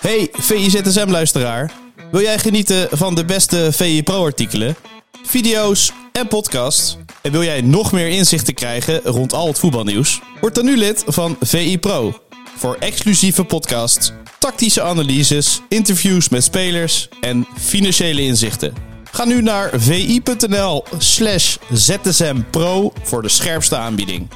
Hey VIZSM-luisteraar. Wil jij genieten van de beste VI Pro-artikelen, video's en podcasts? En wil jij nog meer inzichten krijgen rond al het voetbalnieuws? Word dan nu lid van VI Pro. Voor exclusieve podcasts, tactische analyses, interviews met spelers en financiële inzichten. Ga nu naar vi.nl/ZSMPro voor de scherpste aanbieding.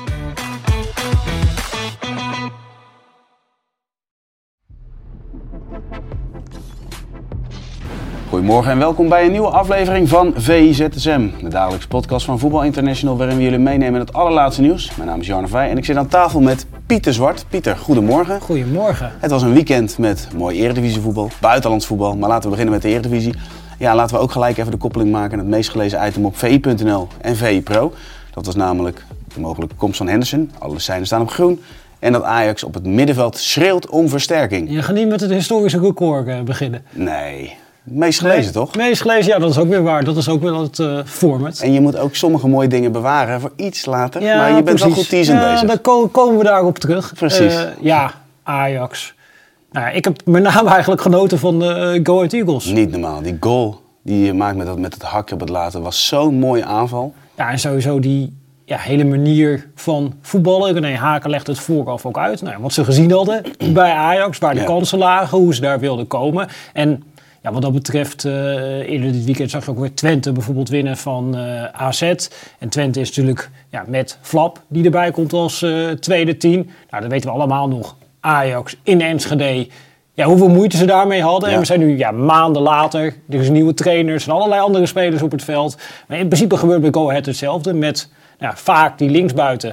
Goedemorgen en welkom bij een nieuwe aflevering van VIZSM, de dagelijkse podcast van Voetbal International, waarin we jullie meenemen in het allerlaatste nieuws. Mijn naam is Jarno Vij en ik zit aan tafel met Pieter Zwart. Pieter, goedemorgen. Goedemorgen. Het was een weekend met mooi eredivisievoetbal, buitenlands voetbal, maar laten we beginnen met de eredivisie. Ja, laten we ook gelijk even de koppeling maken. Het meest gelezen item op vi.nl en VI Pro. Dat was namelijk de mogelijke komst van Henderson. Alle seinen staan op groen. En dat Ajax op het middenveld schreeuwt om versterking. Je gaat niet met het historische record beginnen. Nee. Meest gelezen, toch? Meest gelezen, ja, dat is ook weer waar. Dat is ook wel het format. En je moet ook sommige mooie dingen bewaren voor iets later. Ja, maar je bent wel goed teasend bezig. Dan komen we daarop terug. Precies. Ajax. Nou, ik heb met name eigenlijk genoten van de Go Ahead Eagles. Niet normaal. Die goal die je maakt met het hakje op het laten was zo'n mooie aanval. Ja, en sowieso die hele manier van voetballen. René Haken legt het vooraf ook uit. Nou, wat ze gezien hadden bij Ajax, waar de kansen lagen, hoe ze daar wilden komen. En ja, wat dat betreft, eerder dit weekend zag je ook weer Twente bijvoorbeeld winnen van AZ. En Twente is natuurlijk met Flap die erbij komt als tweede team. Nou, dat weten we allemaal nog. Ajax in Enschede. Ja, hoeveel moeite ze daarmee hadden. Ja. En we zijn nu maanden later. Er is nieuwe trainers en allerlei andere spelers op het veld. Maar in principe gebeurt bij Go Ahead hetzelfde. Met vaak die linksbuiten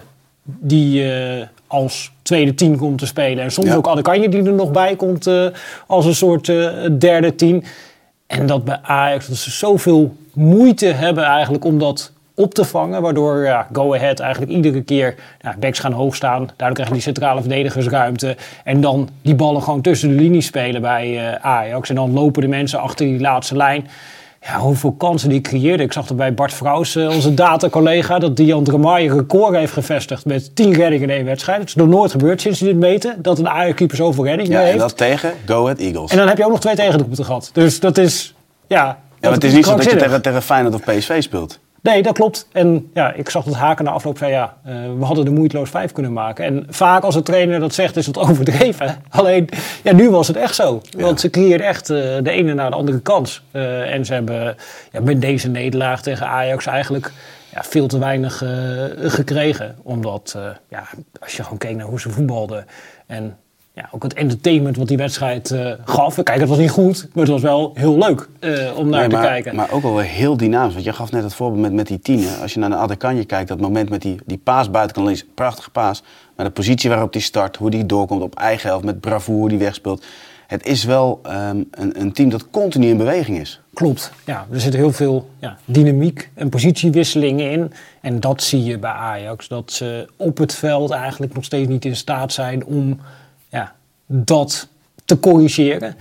die als tweede team komt te spelen. En soms ook Adekanje die er nog bij komt als een soort derde team. En dat bij Ajax, dat ze zoveel moeite hebben eigenlijk om dat op te vangen. Waardoor Go Ahead eigenlijk iedere keer backs gaan hoog staan. Daardoor krijgen die centrale verdedigers ruimte. En dan die ballen gewoon tussen de linies spelen bij Ajax. En dan lopen de mensen achter die laatste lijn. Ja, hoeveel kansen die creëerde. Ik zag er bij Bart Vrouws, onze data-collega, dat Dian Dramai een record heeft gevestigd met 10 reddingen in één wedstrijd. Het is nog nooit gebeurd sinds hij dit meten, dat een Ajax-keeper zoveel reddingen heeft. En dat tegen Go Ahead Eagles. En dan heb je ook nog 2 tegendoelpunten gehad. Dus dat is, maar het is niet zo dat je tegen Feyenoord of PSV speelt. Nee, dat klopt. En ik zag dat Haken na afloop zei, we hadden er moeiteloos 5 kunnen maken. En vaak als een trainer dat zegt, is het overdreven. Alleen, nu was het echt zo. Want ze creëerden echt de ene na de andere kans. En ze hebben met deze nederlaag tegen Ajax eigenlijk veel te weinig gekregen. Omdat, als je gewoon keek naar hoe ze voetbalden en ook het entertainment wat die wedstrijd gaf. Kijk, het was niet goed, maar het was wel heel leuk om naar te kijken. Maar ook wel weer heel dynamisch. Want je gaf net het voorbeeld met die 10. Als je naar Adekanje kijkt, dat moment met die paas buitenkant links. Prachtige paas. Maar de positie waarop die start, hoe die doorkomt op eigen helft, met bravoure die wegspeelt. Het is wel een team dat continu in beweging is. Klopt. Ja, er zit heel veel dynamiek en positiewisselingen in. En dat zie je bij Ajax. Dat ze op het veld eigenlijk nog steeds niet in staat zijn om dat te corrigeren.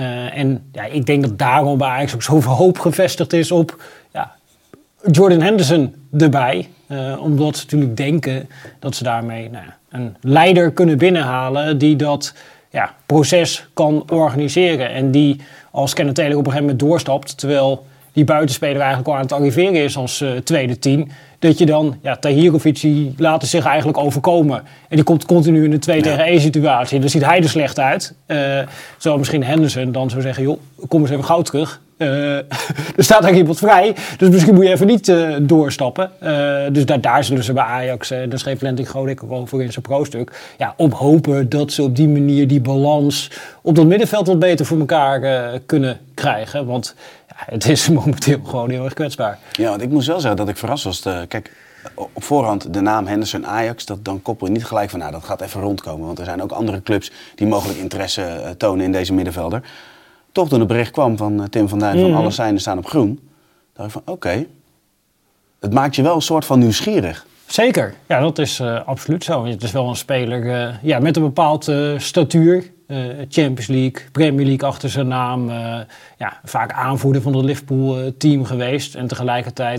Ik denk dat daarom bij Ajax ook zoveel hoop gevestigd is op Jordan Henderson erbij. Omdat ze natuurlijk denken dat ze daarmee een leider kunnen binnenhalen die dat proces kan organiseren. En die als Kenneth Taylor op een gegeven moment doorstapt, terwijl die buitenspeler eigenlijk al aan het arriveren is als tweede team, dat je dan, Tahirovic, die laat zich eigenlijk overkomen. En die komt continu in een 2-tegen-1 situatie. En dan ziet hij er slecht uit. Terwijl misschien Henderson dan zou zeggen, joh, kom eens even gauw terug. Er staat eigenlijk iemand vrij, dus misschien moet je even niet doorstappen. Dus daar zullen ze bij Ajax, daar schreef Lenting Godek ook over in zijn pro-stuk, op hopen dat ze op die manier die balans op dat middenveld wat beter voor elkaar kunnen krijgen. Want het is momenteel gewoon heel erg kwetsbaar. Ja, want ik moet wel zeggen dat ik verrast was. Kijk, op voorhand de naam Henderson Ajax, dan koppel je niet gelijk van, dat gaat even rondkomen. Want er zijn ook andere clubs die mogelijk interesse tonen in deze middenvelder. Toch toen het bericht kwam van Tim van Duin van alle seinen staan op groen, dacht ik van oké, het maakt je wel een soort van nieuwsgierig. Zeker, ja, dat is absoluut zo. Het is wel een speler met een bepaald statuur. Champions League, Premier League achter zijn naam. Vaak aanvoerder van het Liverpool team geweest. En tegelijkertijd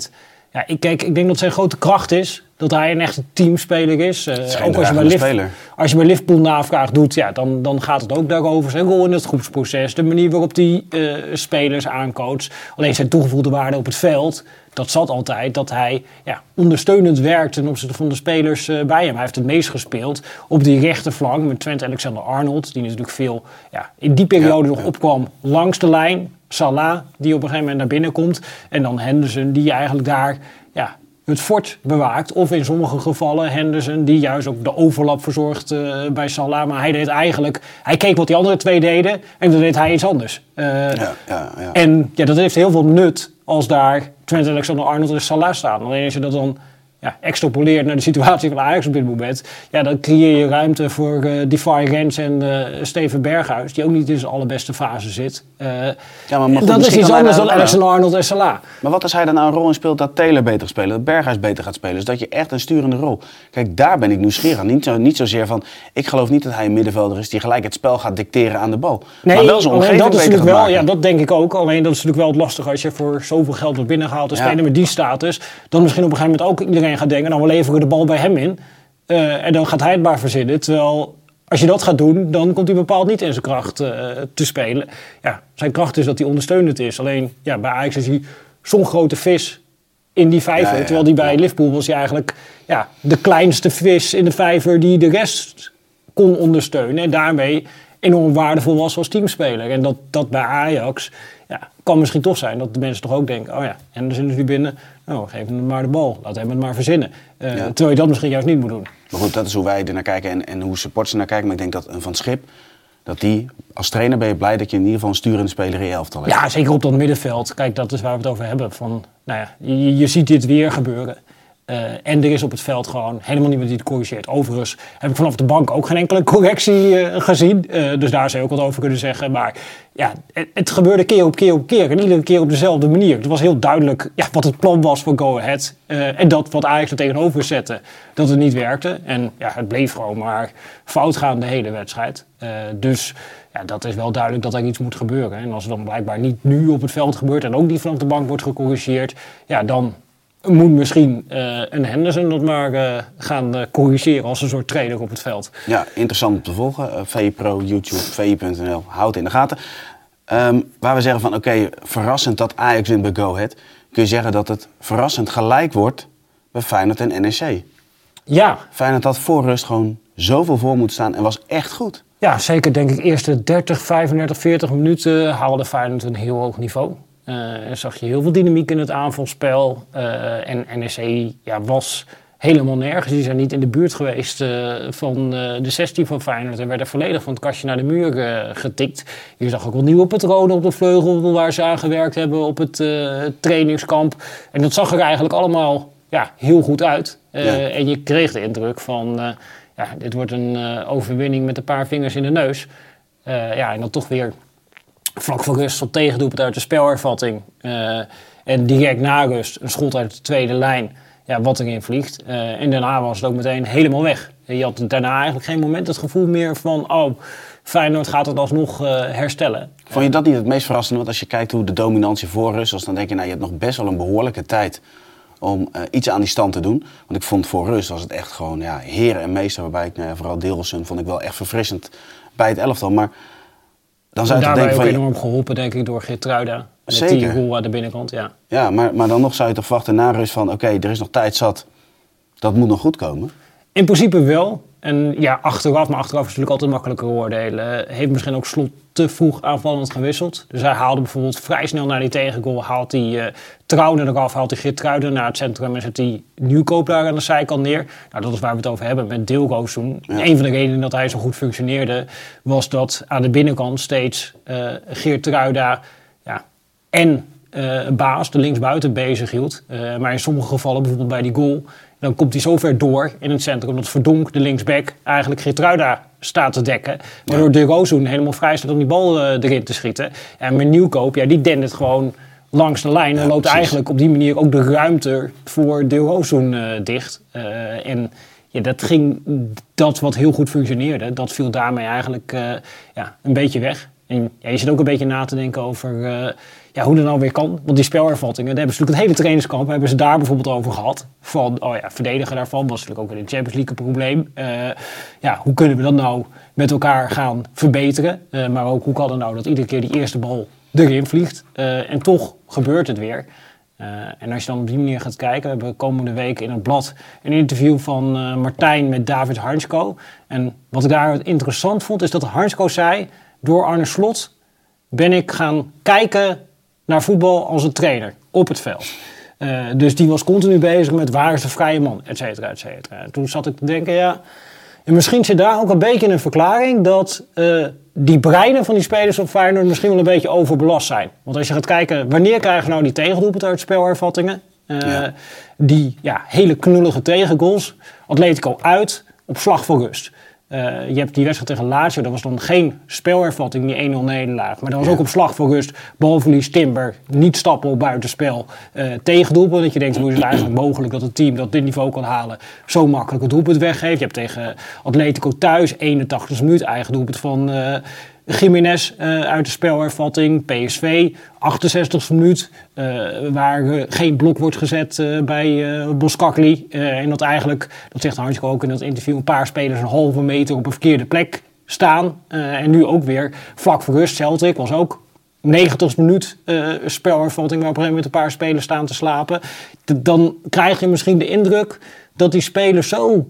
Ja, ik denk dat zijn grote kracht is dat hij een echte teamspeler is. Ook als je bij Liverpool navraag doet, ja, dan gaat het ook daarover. Zijn rol in het groepsproces, de manier waarop hij spelers aancoacht. Alleen zijn toegevoegde waarde op het veld, dat zat altijd dat hij ondersteunend werkt ten opzichte van de spelers bij hem. Hij heeft het meest gespeeld op die rechterflank met Trent Alexander-Arnold, die natuurlijk veel in die periode nog opkwam langs de lijn. Salah, die op een gegeven moment naar binnen komt. En dan Henderson, die eigenlijk daar het fort bewaakt. Of in sommige gevallen Henderson, die juist ook de overlap verzorgt bij Salah. Maar hij keek wat die andere twee deden en dan deed hij iets anders. En dat heeft heel veel nut als daar Trent Alexander-Arnold en Salah staan. Alleen als je dat dan extrapoleert naar de situatie van Ajax op dit moment, dan creëer je ruimte voor Defy Rens en Steven Berghuis, die ook niet in zijn allerbeste fase zit. Maar goed, dat is iets anders dan Alexander-Arnold en Salah. Maar wat als hij dan nou een rol in speelt dat Taylor beter gaat spelen, dat Berghuis beter gaat spelen, dus dat je echt een sturende rol. Kijk, daar ben ik nieuwsgierig aan. Niet zozeer van, ik geloof niet dat hij een middenvelder is die gelijk het spel gaat dicteren aan de bal. Nee, maar wel zijn omgeving dat is beter gaat maken. Ja, dat denk ik ook. Alleen dat is natuurlijk wel het lastige als je voor zoveel geld wordt binnengehaald te spelen met die status, dan misschien op een gegeven moment ook iedereen gaat denken, nou we leveren de bal bij hem in. En dan gaat hij het maar verzinnen. Terwijl als je dat gaat doen, dan komt hij bepaald niet in zijn kracht te spelen. Ja, zijn kracht is dat hij ondersteunend is. Alleen bij Ajax is hij zo'n grote vis in die vijver. Terwijl die bij Liverpool was hij eigenlijk de kleinste vis in de vijver die de rest kon ondersteunen. En daarmee enorm waardevol was als teamspeler. En dat bij Ajax kan misschien toch zijn dat de mensen toch ook denken, en dan zitten ze nu binnen, geef hem maar de bal, laat hem het maar verzinnen. Terwijl je dat misschien juist niet moet doen. Maar goed, dat is hoe wij er naar kijken en hoe supporters er naar kijken. Maar ik denk dat Van Schip, dat die, als trainer ben je blij dat je in ieder geval een sturende speler in je elftal hebt. Ja, zeker op dat middenveld. Kijk, dat is waar we het over hebben. Van, je ziet dit weer gebeuren. En er is op het veld gewoon helemaal niemand die het corrigeert. Overigens heb ik vanaf de bank ook geen enkele correctie gezien. Dus daar zou je ook wat over kunnen zeggen. Maar het gebeurde keer op keer op keer. En iedere keer op dezelfde manier. Het was heel duidelijk wat het plan was voor Go Ahead. En dat wat Ajax er tegenover zette, dat het niet werkte. En het bleef gewoon maar fout gaan de hele wedstrijd. Dus dat is wel duidelijk dat er iets moet gebeuren. En als het dan blijkbaar niet nu op het veld gebeurt en ook niet vanaf de bank wordt gecorrigeerd, dan moet misschien een Henderson dat maar gaan corrigeren als een soort trainer op het veld. Ja, interessant om te volgen. VI Pro, YouTube, VI.nl, houd in de gaten. Waar we zeggen van oké, verrassend dat Ajax wint bij Go Ahead, kun je zeggen dat het verrassend gelijk wordt bij Feyenoord en NEC. Ja. Feyenoord had voor rust gewoon zoveel voor moeten staan en was echt goed. Ja, zeker denk ik eerste 30, 35, 40 minuten haalde Feyenoord een heel hoog niveau. Zag je heel veel dynamiek in het aanvalspel. En NEC was helemaal nergens. Die zijn niet in de buurt geweest van de 16 van Feyenoord. En werden volledig van het kastje naar de muur getikt. Je zag ook wel nieuwe patronen op de vleugel waar ze aan gewerkt hebben op het trainingskamp. En dat zag er eigenlijk allemaal heel goed uit. En je kreeg de indruk van dit wordt een overwinning met een paar vingers in de neus. En dan toch weer vlak voor rust tot tegendoelpunt uit de spelervatting. En direct na rust een schot uit de tweede lijn. Wat erin vliegt. En daarna was het ook meteen helemaal weg. Je had daarna eigenlijk geen moment het gevoel meer van Feyenoord gaat het alsnog herstellen. Vond je dat niet het meest verrassende? Want als je kijkt hoe de dominantie voor rust was, dan denk je je hebt nog best wel een behoorlijke tijd om iets aan die stand te doen. Want ik vond voor rust was het echt gewoon heren en meester. Waarbij ik vooral Deelsen vond ik wel echt verfrissend bij het elftal. Maar dan zou je toch denken ook van enorm geholpen denk ik door Geertruida. Met die goal aan de binnenkant, Ja, maar dan nog zou je toch verwachten na rust van oké, er is nog tijd zat. Dat moet nog goed komen. In principe wel. En achteraf is natuurlijk altijd makkelijker oordelen. Heeft misschien ook Slot te vroeg aanvallend gewisseld. Dus hij haalde bijvoorbeeld vrij snel naar die tegengoal. Haalt hij Trouwen eraf, haalt hij Geertruida naar het centrum en zet hij Nieuwkoop daar aan de zijkant neer. Nou, dat is waar we het over hebben met Dilroos toen. Ja. Een van de redenen dat hij zo goed functioneerde was dat aan de binnenkant steeds Geertruida en Baas, de linksbuiten, bezig hield. Maar in sommige gevallen, bijvoorbeeld bij die goal, dan komt hij zo ver door in het centrum dat Verdonk, de linksback, eigenlijk Geertruida staat te dekken. Waardoor De Rozoen helemaal vrij staat om die bal erin te schieten. En met Nieuwkoop, die dendert gewoon langs de lijn en loopt eigenlijk op die manier ook de ruimte voor De Rozoen dicht. En dat wat heel goed functioneerde, dat viel daarmee eigenlijk een beetje weg. En je zit ook een beetje na te denken over hoe dat nou weer kan. Want die spelervattingen, daar hebben ze natuurlijk het hele trainingskamp, hebben ze daar bijvoorbeeld over gehad. Van, verdedigen daarvan was natuurlijk ook in de Champions League een probleem. Hoe kunnen we dat nou met elkaar gaan verbeteren? Maar ook hoe kan het nou dat iedere keer die eerste bal erin vliegt? En toch gebeurt het weer. En als je dan op die manier gaat kijken, we hebben komende week in het blad een interview van Martijn met David Harnsko. En wat ik daar interessant vond, is dat Harnsko zei, door Arne Slot ben ik gaan kijken naar voetbal als een trainer op het veld. Dus die was continu bezig met waar is de vrije man, et cetera, et cetera. En toen zat ik te denken, en misschien zit daar ook een beetje een verklaring dat die breinen van die spelers op Feyenoord misschien wel een beetje overbelast zijn. Want als je gaat kijken, wanneer krijgen we nou die tegendoelpunten uit spelervattingen? Die hele knullige tegengoals. Atletico uit op slag van rust. Je hebt die wedstrijd tegen Lazio, dat was dan geen spelervatting, die 1-0 nederlaag. Maar dat was ook op slag van rust, balverlies, Timber, niet stappen op buitenspel. Tegendoelpunt, dat je denkt, hoe is het eigenlijk mogelijk dat een team dat dit niveau kan halen zo makkelijk het doelpunt weggeeft. Je hebt tegen Atletico thuis, 81e minuut, eigen doelpunt van Jiménez uit de spelervatting. PSV, 68e minuut, waar geen blok wordt gezet bij Boskakli. En dat eigenlijk, dat zegt Hansko ook in dat interview, een paar spelers een halve meter op een verkeerde plek staan. En nu ook weer vlak voor rust. Celtic was ook 90e minuut spelervatting, waar op een gegeven moment een paar spelers staan te slapen. Dan krijg je misschien de indruk dat die spelers zo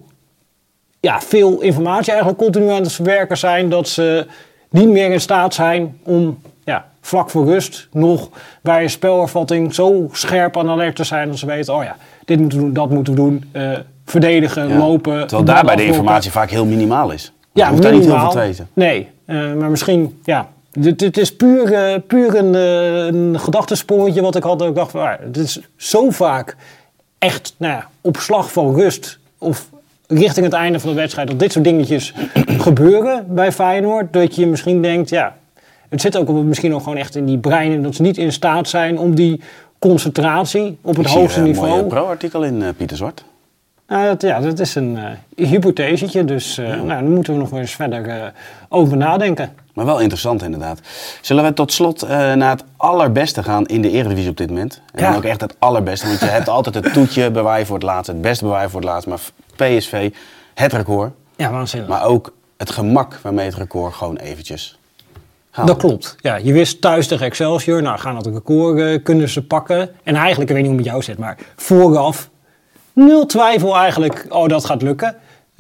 veel informatie eigenlijk continu aan het verwerken zijn, dat ze niet meer in staat zijn om vlak voor rust nog bij een spelervatting zo scherp aan alert te zijn dat ze weten, dit moeten we doen, dat moeten we doen, verdedigen, lopen. Terwijl daarbij de informatie vaak heel minimaal is. Ja, je hoeft daar niet heel veel te weten. Nee, maar misschien, dit is puur een gedachtespoortje wat ik had. Dat ik dacht, het is zo vaak echt op slag van rust of richting het einde van de wedstrijd dat dit soort dingetjes gebeuren bij Feyenoord. Dat je misschien denkt, het zit ook misschien ook gewoon echt in die breinen dat ze niet in staat zijn om die concentratie op het hoogste niveau. Een mooi pro-artikel in Pieter Zwart. Dat is een hypothesetje, dus daar moeten we nog eens verder over nadenken. Maar wel interessant inderdaad. Zullen we tot slot naar het allerbeste gaan in de Eredivisie op dit moment? En dan ook echt het allerbeste, want je hebt altijd het toetje bewaar je voor het laatst, het beste bewaar je voor het laatst. Maar PSV, het record. Ja, waanzinnig. Maar ook het gemak waarmee het record gewoon eventjes haalt. Dat klopt. Ja, je wist thuis tegen Excelsior, gaan dat record kunnen ze pakken. En eigenlijk, ik weet niet hoe het met jou zit, maar vooraf 0 twijfel eigenlijk, dat gaat lukken.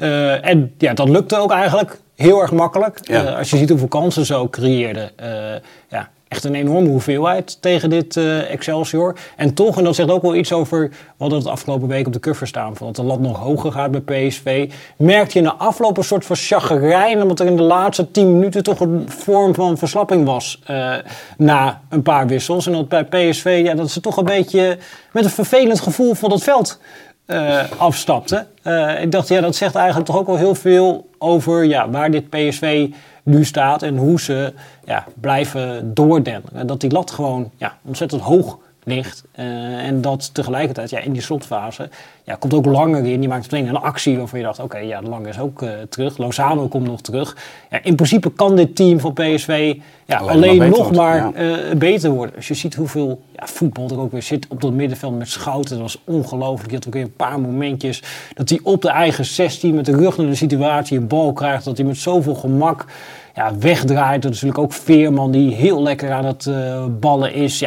En dat lukte ook eigenlijk heel erg makkelijk. Ja. Als je ziet hoeveel kansen ze ook creëerden. Echt een enorme hoeveelheid tegen dit Excelsior. En toch, en dat zegt ook wel iets over, we hadden het afgelopen week op de cover staan, van dat de lat nog hoger gaat bij PSV. Merkte je na afloop een soort van chagrijn, omdat er in de laatste 10 minuten toch een vorm van verslapping was na een paar wissels. En dat bij PSV, dat ze toch een beetje met een vervelend gevoel van het veld afstapte. Ik dacht, dat zegt eigenlijk toch ook wel heel veel over waar dit PSV nu staat en hoe ze blijven doordenderen. Dat die lat gewoon ontzettend hoog ligt. En dat tegelijkertijd in die slotfase komt ook Langer in. Die maakt meteen een actie waarvan je dacht, de Langer is ook terug. Lozano komt nog terug. In principe kan dit team van PSV alleen nog maar beter worden. Als je ziet hoeveel voetbal er ook weer zit op dat middenveld met Schouten. Dat was ongelooflijk. Je had ook weer een paar momentjes dat hij op de eigen 16 met de rug naar de situatie een bal krijgt. Dat hij met zoveel gemak wegdraait. Dat is natuurlijk ook Veerman die heel lekker aan het ballen is.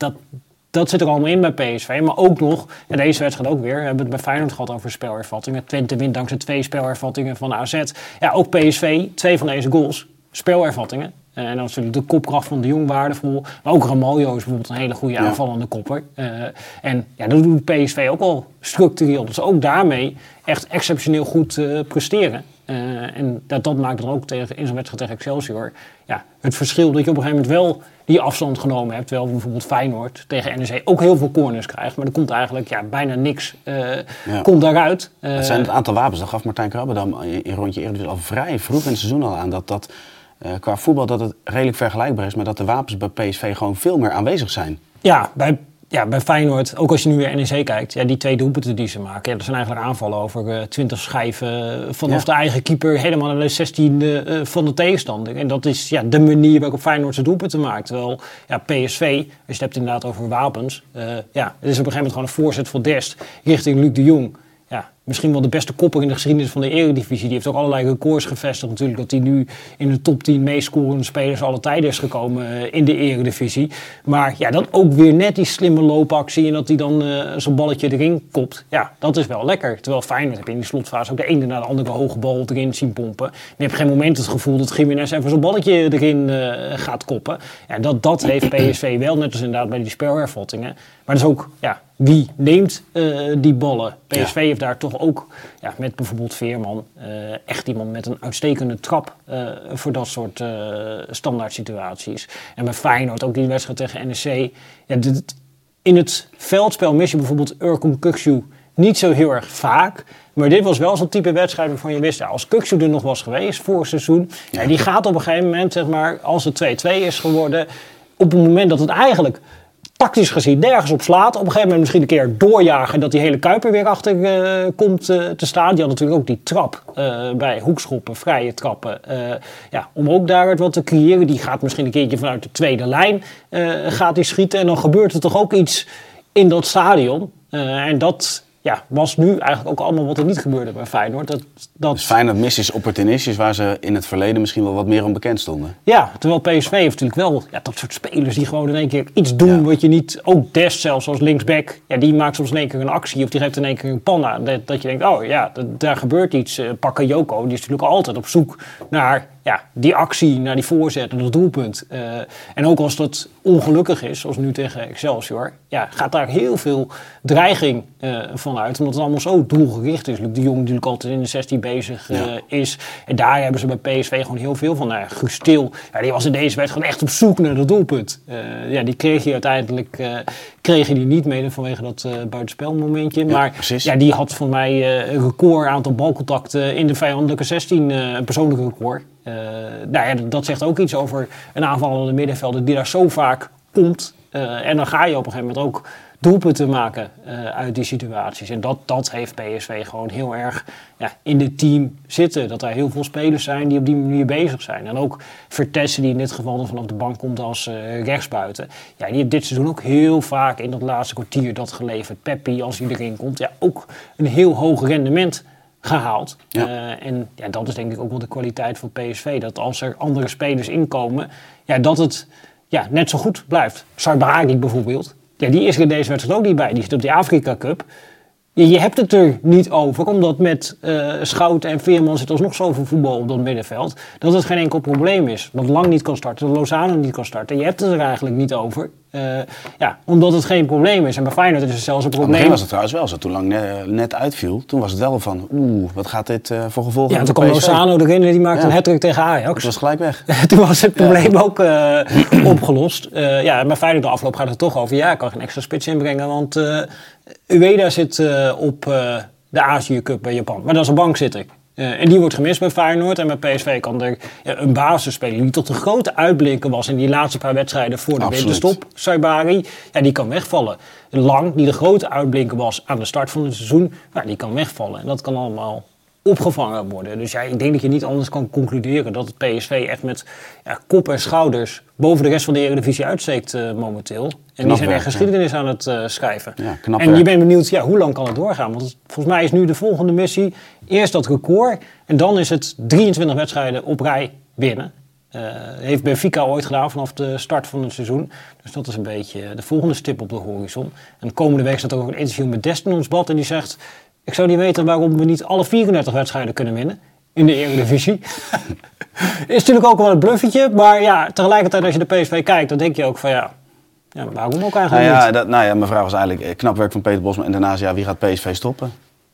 Dat zit er allemaal in bij PSV. Maar ook nog, en deze wedstrijd ook weer, we hebben het bij Feyenoord gehad over spelervattingen. Twente wint dankzij 2 spelervattingen van AZ. Ook PSV, 2 van deze goals, spelervattingen. En dan is natuurlijk de kopkracht van de Jong waardevol. Maar ook Ramaljo is bijvoorbeeld een hele goede aanvallende kopper. En dat doet PSV ook al structureel. Dus ook daarmee echt exceptioneel goed presteren. En dat maakt dan ook in zo'n wedstrijd tegen Excelsior het verschil dat je op een gegeven moment wel die afstand genomen hebt. Terwijl bijvoorbeeld Feyenoord tegen NEC ook heel veel corners krijgt. Maar er komt eigenlijk bijna niks komt daaruit. Het zijn het aantal wapens. Dat gaf Martijn Krabbedam in rondje Eredivisie al vrij vroeg in het seizoen al aan. Dat qua voetbal dat het redelijk vergelijkbaar is. Maar dat de wapens bij PSV gewoon veel meer aanwezig zijn. Ja, bij Feyenoord, ook als je nu weer NEC kijkt, ja, die 2 doelpunten die ze maken, ja, dat zijn eigenlijk aanvallen over 20 schijven vanaf de eigen keeper helemaal naar de 16 van de tegenstander. En dat is de manier waarop Feyenoord zijn doelpunten maakt. Terwijl PSV, als je het hebt inderdaad over wapens, het is op een gegeven moment gewoon een voorzet van Dest richting Luc de Jong. Ja, misschien wel de beste kopper in de geschiedenis van de Eredivisie. Die heeft ook allerlei records gevestigd natuurlijk. Dat hij nu in de top 10 meest scorende spelers aller tijden is gekomen in de Eredivisie. Maar ja, dan ook weer net die slimme loopactie en dat hij dan zo'n balletje erin kopt. Ja, dat is wel lekker. Terwijl Feyenoord heb je in die slotfase ook de ene na de andere hoge bal erin zien pompen. En je hebt geen moment het gevoel dat Gimenez even zo'n balletje erin gaat koppen. Ja, dat heeft PSV wel, net als inderdaad bij die spelhervattingen. Maar dat is ook, wie neemt die ballen? PSV heeft daar toch ook, met bijvoorbeeld Veerman, echt iemand met een uitstekende trap voor dat soort standaard situaties. En bij Feyenoord, ook die wedstrijd tegen NEC. Ja, in het veldspel mis je bijvoorbeeld Erkun Kukçu niet zo heel erg vaak. Maar dit was wel zo'n type wedstrijd waarvan je wist, als Kukçu er nog was geweest vorig seizoen, die gaat op een gegeven moment, zeg maar, als het 2-2 is geworden, op het moment dat het eigenlijk tactisch gezien nergens op slaat. Op een gegeven moment misschien een keer doorjagen dat die hele Kuiper weer achter komt te staan. Die had natuurlijk ook die trap bij hoekschoppen, vrije trappen. Om ook daar wat te creëren. Die gaat misschien een keertje vanuit de tweede lijn gaat die schieten. En dan gebeurt er toch ook iets in dat stadion. En dat was nu eigenlijk ook allemaal wat er niet gebeurde bij Feyenoord. Dus Feyenoord mist is opportunistisch waar ze in het verleden misschien wel wat meer onbekend stonden. Ja, terwijl PSV heeft natuurlijk wel dat soort spelers die gewoon in één keer iets doen wat je niet... Ook Dest zelfs als linksback, die maakt soms in één keer een actie of die geeft in één keer een panna. Dat je denkt, daar gebeurt iets. Bakayoko, die is natuurlijk altijd op zoek naar die actie, naar die voorzet en dat doelpunt. En ook als dat ongelukkig is, zoals nu tegen Excelsior, gaat daar heel veel dreiging van uit. Omdat het allemaal zo doelgericht is. Luc de Jong natuurlijk altijd in de 16 bezig is. En daar hebben ze bij PSV gewoon heel veel van. Guus Til, die was in deze wedstrijd echt op zoek naar dat doelpunt. Die kreeg hij uiteindelijk niet mee vanwege dat buitenspelmomentje. Maar die had voor mij een record aantal balcontacten in de vijandelijke 16, een persoonlijk record. Dat zegt ook iets over een aanvallende middenvelder die daar zo vaak komt. En dan ga je op een gegeven moment ook doelpunten maken uit die situaties. En dat heeft PSV gewoon heel erg in het team zitten. Dat er heel veel spelers zijn die op die manier bezig zijn. En ook Vertessen, die in dit geval dan vanaf de bank komt als rechtsbuiten. Die heeft dit seizoen ook heel vaak in dat laatste kwartier dat geleverd. Peppi, als hij erin komt, ook een heel hoog rendement gehaald. En dat is denk ik ook wel de kwaliteit van PSV. Dat als er andere spelers inkomen, dat het net zo goed blijft. Saibari bijvoorbeeld. Die is er in deze wedstrijd ook niet bij. Die zit op die Afrika Cup. Je hebt het er niet over, omdat met Schouten en Veerman zit alsnog zoveel voetbal op dat middenveld, dat het geen enkel probleem is. Dat Lang niet kan starten, dat Lozano niet kan starten. Je hebt het er eigenlijk niet over. Omdat het geen probleem is. En bij Feyenoord is het zelfs een probleem. Aan het begin was het trouwens wel zo. Toen Lang net uitviel, toen was het wel van, wat gaat dit voor gevolgen? Ja, toen kwam Lozano erin en die maakte een hat-trick tegen Ajax. Het was gelijk weg. Toen was het probleem ook opgelost. En bij Feyenoord de afloop gaat het toch over, ik kan geen extra spits inbrengen, want Ueda zit op de Azië Cup bij Japan. Maar dat is een bankzitter. En die wordt gemist bij Feyenoord. En bij PSV kan er een basisspeler die tot een grote uitblinker was in die laatste paar wedstrijden voor de winterstop, Saibari, die kan wegvallen. Lang, die de grote uitblinker was aan de start van het seizoen, die kan wegvallen. En dat kan allemaal opgevangen worden. Dus ik denk dat je niet anders kan concluderen dat het PSV echt met kop en schouders boven de rest van de Eredivisie uitsteekt momenteel. En die zijn echt geschiedenis aan het schrijven. En je bent benieuwd, hoe lang kan het doorgaan? Want volgens mij is nu de volgende missie eerst dat record en dan is het 23 wedstrijden op rij winnen. Heeft Benfica ooit gedaan vanaf de start van het seizoen. Dus dat is een beetje de volgende stip op de horizon. En de komende week staat er ook een interview met Dest in ons blad en die zegt, ik zou niet weten waarom we niet alle 34 wedstrijden kunnen winnen in de Eredivisie. Is natuurlijk ook wel een bluffetje, maar tegelijkertijd als je de PSV kijkt, dan denk je ook van waarom ook eigenlijk niet? Mijn vraag was eigenlijk knap werk van Peter Bosman en daarnaast, wie gaat PSV stoppen?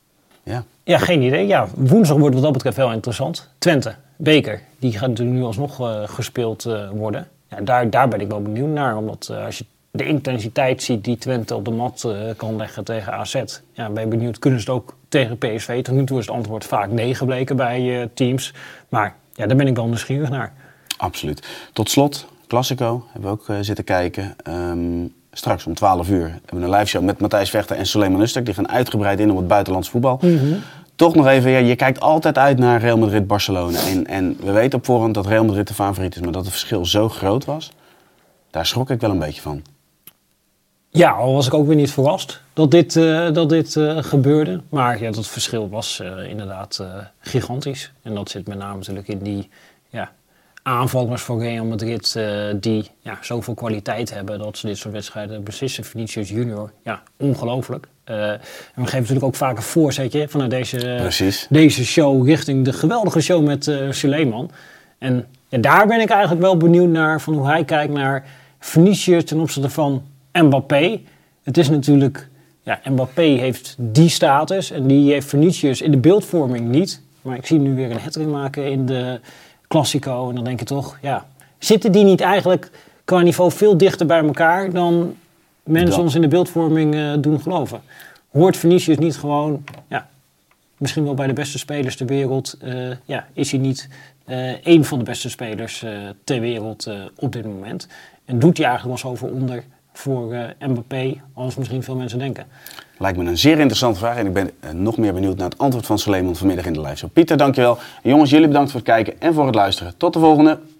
Ja, geen idee. Woensdag wordt wat dat betreft wel interessant. Twente, beker, die gaat natuurlijk nu alsnog gespeeld worden. Daar ben ik wel benieuwd naar, omdat als je de intensiteit ziet die Twente op de mat kan leggen tegen AZ. Ben je benieuwd, kunnen ze het ook tegen PSV? Tot nu toe is het antwoord vaak nee gebleken bij teams. Maar daar ben ik wel nieuwsgierig naar. Absoluut. Tot slot, Classico, hebben we ook zitten kijken. straks om 12 uur hebben we een live show met Matthijs Vechter en Suleiman Ustak. Die gaan uitgebreid in op het buitenlands voetbal. Mm-hmm. Toch nog even, je kijkt altijd uit naar Real Madrid-Barcelona. En we weten op voorhand dat Real Madrid de favoriet is, maar dat het verschil zo groot was, daar schrok ik wel een beetje van. Ja, al was ik ook weer niet verrast dat dit gebeurde. Maar ja, dat verschil was inderdaad gigantisch. En dat zit met name natuurlijk in die aanvallers van Real Madrid die zoveel kwaliteit hebben dat ze dit soort wedstrijden beslissen. Vinicius Junior, ongelooflijk. En we geven natuurlijk ook vaak een voorzetje vanuit deze show richting de geweldige show met Suleiman. En daar ben ik eigenlijk wel benieuwd naar van hoe hij kijkt naar Vinicius ten opzichte van Mbappé. Het is natuurlijk, Mbappé heeft die status en die heeft Vinicius in de beeldvorming niet. Maar ik zie hem nu weer een hat-trick maken in de Classico. En dan denk je toch, zitten die niet eigenlijk qua niveau veel dichter bij elkaar dan mensen ons in de beeldvorming doen geloven? Hoort Vinicius niet gewoon, misschien wel bij de beste spelers ter wereld, is hij niet één van de beste spelers ter wereld op dit moment? En doet hij eigenlijk wel zoveel onder voor Mbappé als misschien veel mensen denken? Lijkt me een zeer interessante vraag en ik ben nog meer benieuwd naar het antwoord van Suleiman vanmiddag in de live show. Pieter, dankjewel. En jongens, jullie bedankt voor het kijken en voor het luisteren. Tot de volgende.